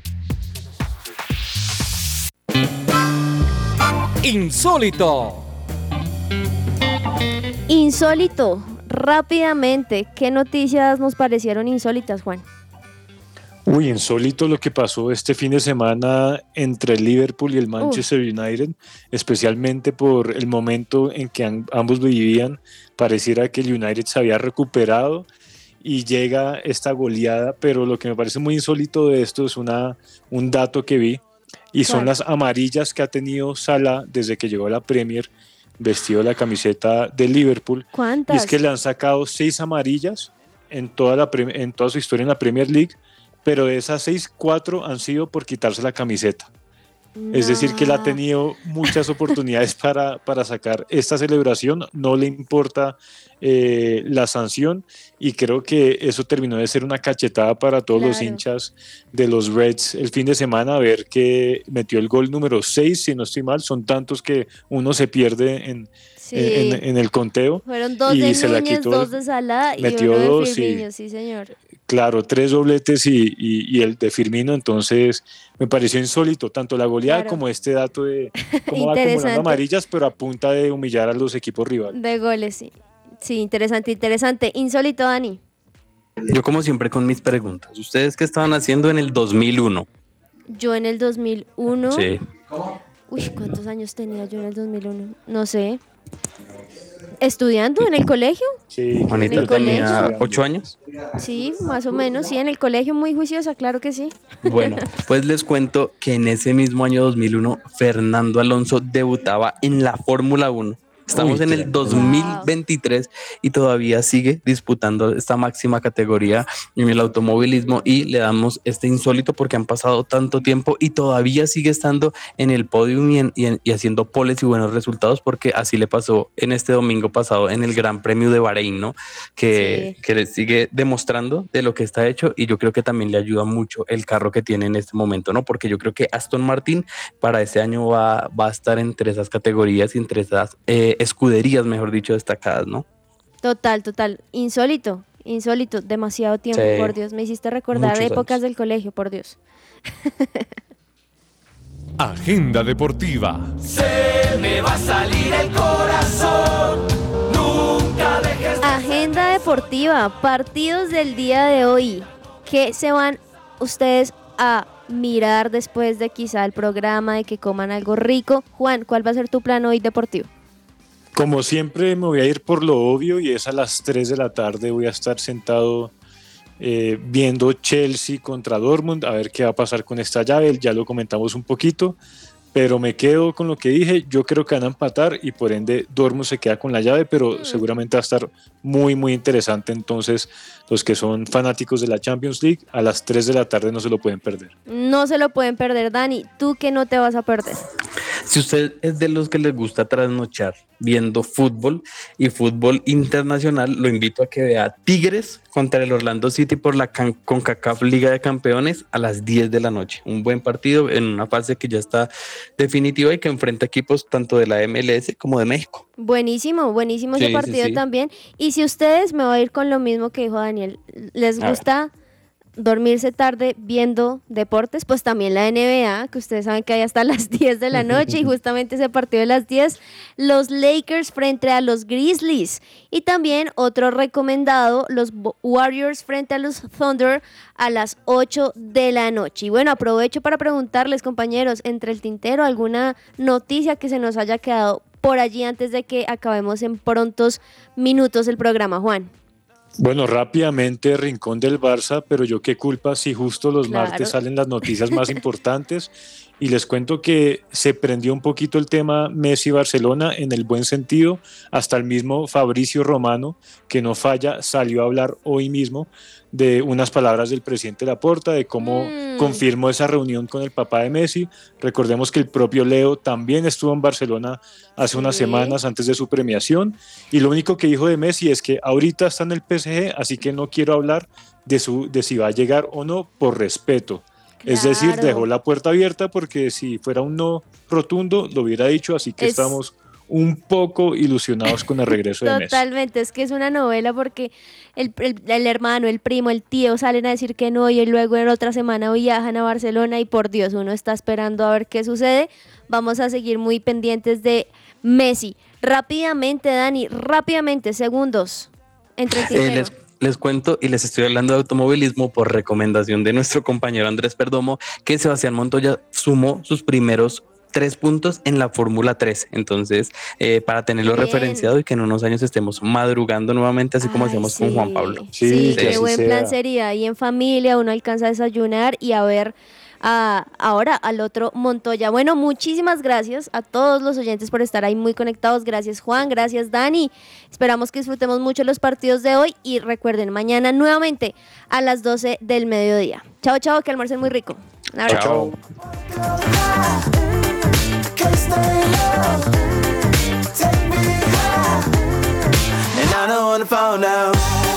Insólito. Insólito, rápidamente, ¿qué noticias nos parecieron insólitas, Juan? Uy, insólito lo que pasó este fin de semana entre el Liverpool y el Manchester United, especialmente por el momento en que ambos vivían. Pareciera que el United se había recuperado y llega esta goleada, pero lo que me parece muy insólito de esto es un dato que vi y son las amarillas que ha tenido Salah desde que llegó a la Premier vestido de la camiseta de Liverpool. ¿Cuántas? Y es que le han sacado 6 amarillas en toda su historia en la Premier League, pero de esas 6, 4 han sido por quitarse la camiseta. No. Es decir, que él ha tenido muchas oportunidades para sacar esta celebración, no le importa la sanción y creo que eso terminó de ser una cachetada para todos los hinchas de los Reds el fin de semana, a ver que metió el gol número 6, si no estoy mal, son tantos que uno se pierde en el conteo. Fueron 2 y de se Núñez, la quitó, 2 de Salah y metió 1 de 2 Firmino, sí señor. Claro, 3 dobletes y el de Firmino, entonces me pareció insólito, tanto la goleada como este dato de cómo va acumulando amarillas, pero a punta de humillar a los equipos rivales. De goles, sí. Sí, interesante. Insólito, Dani. Yo como siempre con mis preguntas, ¿ustedes qué estaban haciendo en el 2001? Yo en el 2001... Sí. Uy, ¿cuántos años tenía yo en el 2001? No sé. ¿Estudiando en el colegio? Sí. Juanita tenía 8 años. Sí, más o menos, sí, en el colegio, muy juiciosa, claro que sí. Bueno, pues les cuento que en ese mismo año 2001, Fernando Alonso debutaba en la Fórmula 1. Estamos en el 2023 y todavía sigue disputando esta máxima categoría en el automovilismo, y le damos este insólito porque han pasado tanto tiempo y todavía sigue estando en el podium y haciendo poles y buenos resultados, porque así le pasó en este domingo pasado en el Gran Premio de Bahrein, ¿no? Que le sigue demostrando de lo que está hecho, y yo creo que también le ayuda mucho el carro que tiene en este momento, ¿no? Porque yo creo que Aston Martin para este año va a estar entre esas categorías y entre esas escuderías, mejor dicho, destacadas, ¿no? Total. Insólito, demasiado tiempo, Sí. por Dios. Me hiciste recordar Muchos épocas años. del colegio, por Dios. Agenda deportiva. Agenda deportiva, partidos del día de hoy. ¿Qué se van ustedes a mirar después de quizá el programa, de que coman algo rico? Juan, ¿cuál va a ser tu plan hoy deportivo? Como siempre me voy a ir por lo obvio, y es a las 3 de la tarde. Voy a estar sentado viendo Chelsea contra Dortmund, a ver qué va a pasar con esta llave. Ya lo comentamos un poquito, pero me quedo con lo que dije. Yo creo que van a empatar y por ende Dortmund se queda con la llave, pero seguramente va a estar muy muy interesante. Entonces los que son fanáticos de la Champions League, a las 3 de la tarde no se lo pueden perder. No se lo pueden perder, Dani. ¿Tú qué no te vas a perder? Si usted es de los que les gusta trasnochar viendo fútbol y fútbol internacional, lo invito a que vea Tigres contra el Orlando City por la CONCACAF Liga de Campeones a las 10 de la noche. Un buen partido en una fase que ya está definitiva y que enfrenta equipos tanto de la MLS como de México. Buenísimo ese Sí, partido sí. también. Y si ustedes, me voy a ir con lo mismo que dijo Daniel, les A ver. gusta dormirse tarde viendo deportes, pues también la NBA, que ustedes saben que hay hasta las 10 de la noche, y justamente ese partido de las 10, los Lakers frente a los Grizzlies, y también otro recomendado, los Warriors frente a los Thunder a las 8 de la noche. Y bueno, aprovecho para preguntarles, compañeros, entre el tintero, alguna noticia que se nos haya quedado por allí antes de que acabemos en prontos minutos el programa, Juan. Bueno, rápidamente, rincón del Barça, pero yo qué culpa si justo los Claro. martes salen las noticias más importantes. Y les cuento que se prendió un poquito el tema Messi-Barcelona en el buen sentido. Hasta el mismo Fabricio Romano, que no falla, salió a hablar hoy mismo de unas palabras del presidente Laporta, de cómo confirmó esa reunión con el papá de Messi. Recordemos que el propio Leo también estuvo en Barcelona hace unas semanas antes de su premiación, y lo único que dijo de Messi es que ahorita está en el PSG, así que no quiero hablar de si va a llegar o no, por respeto. Es decir, Claro. dejó la puerta abierta, porque si fuera un no rotundo lo hubiera dicho, así que estamos un poco ilusionados con el regreso de Messi. Totalmente, es que es una novela porque el hermano, el primo, el tío salen a decir que no, y luego en otra semana viajan a Barcelona, y por Dios, uno está esperando a ver qué sucede. Vamos a seguir muy pendientes de Messi. Rápidamente, Dani, segundos entre el tintero. Les cuento y les estoy hablando de automovilismo por recomendación de nuestro compañero Andrés Perdomo, que Sebastián Montoya sumó sus primeros 3 puntos en la Fórmula 3. Entonces, para tenerlo Bien. referenciado y que en unos años estemos madrugando nuevamente, así como Ay, hacíamos sí. con Juan Pablo. Sí, que qué así buen sea. plan sería. Y en familia uno alcanza a desayunar y a ver ahora al otro Montoya. Bueno, muchísimas gracias a todos los oyentes por estar ahí muy conectados. Gracias, Juan, gracias, Dani. Esperamos que disfrutemos mucho los partidos de hoy, y recuerden, mañana nuevamente a las 12 del mediodía. Chao, chao, que almuercen muy rico. Un abrazo. Chao. And I don't wanna fall down.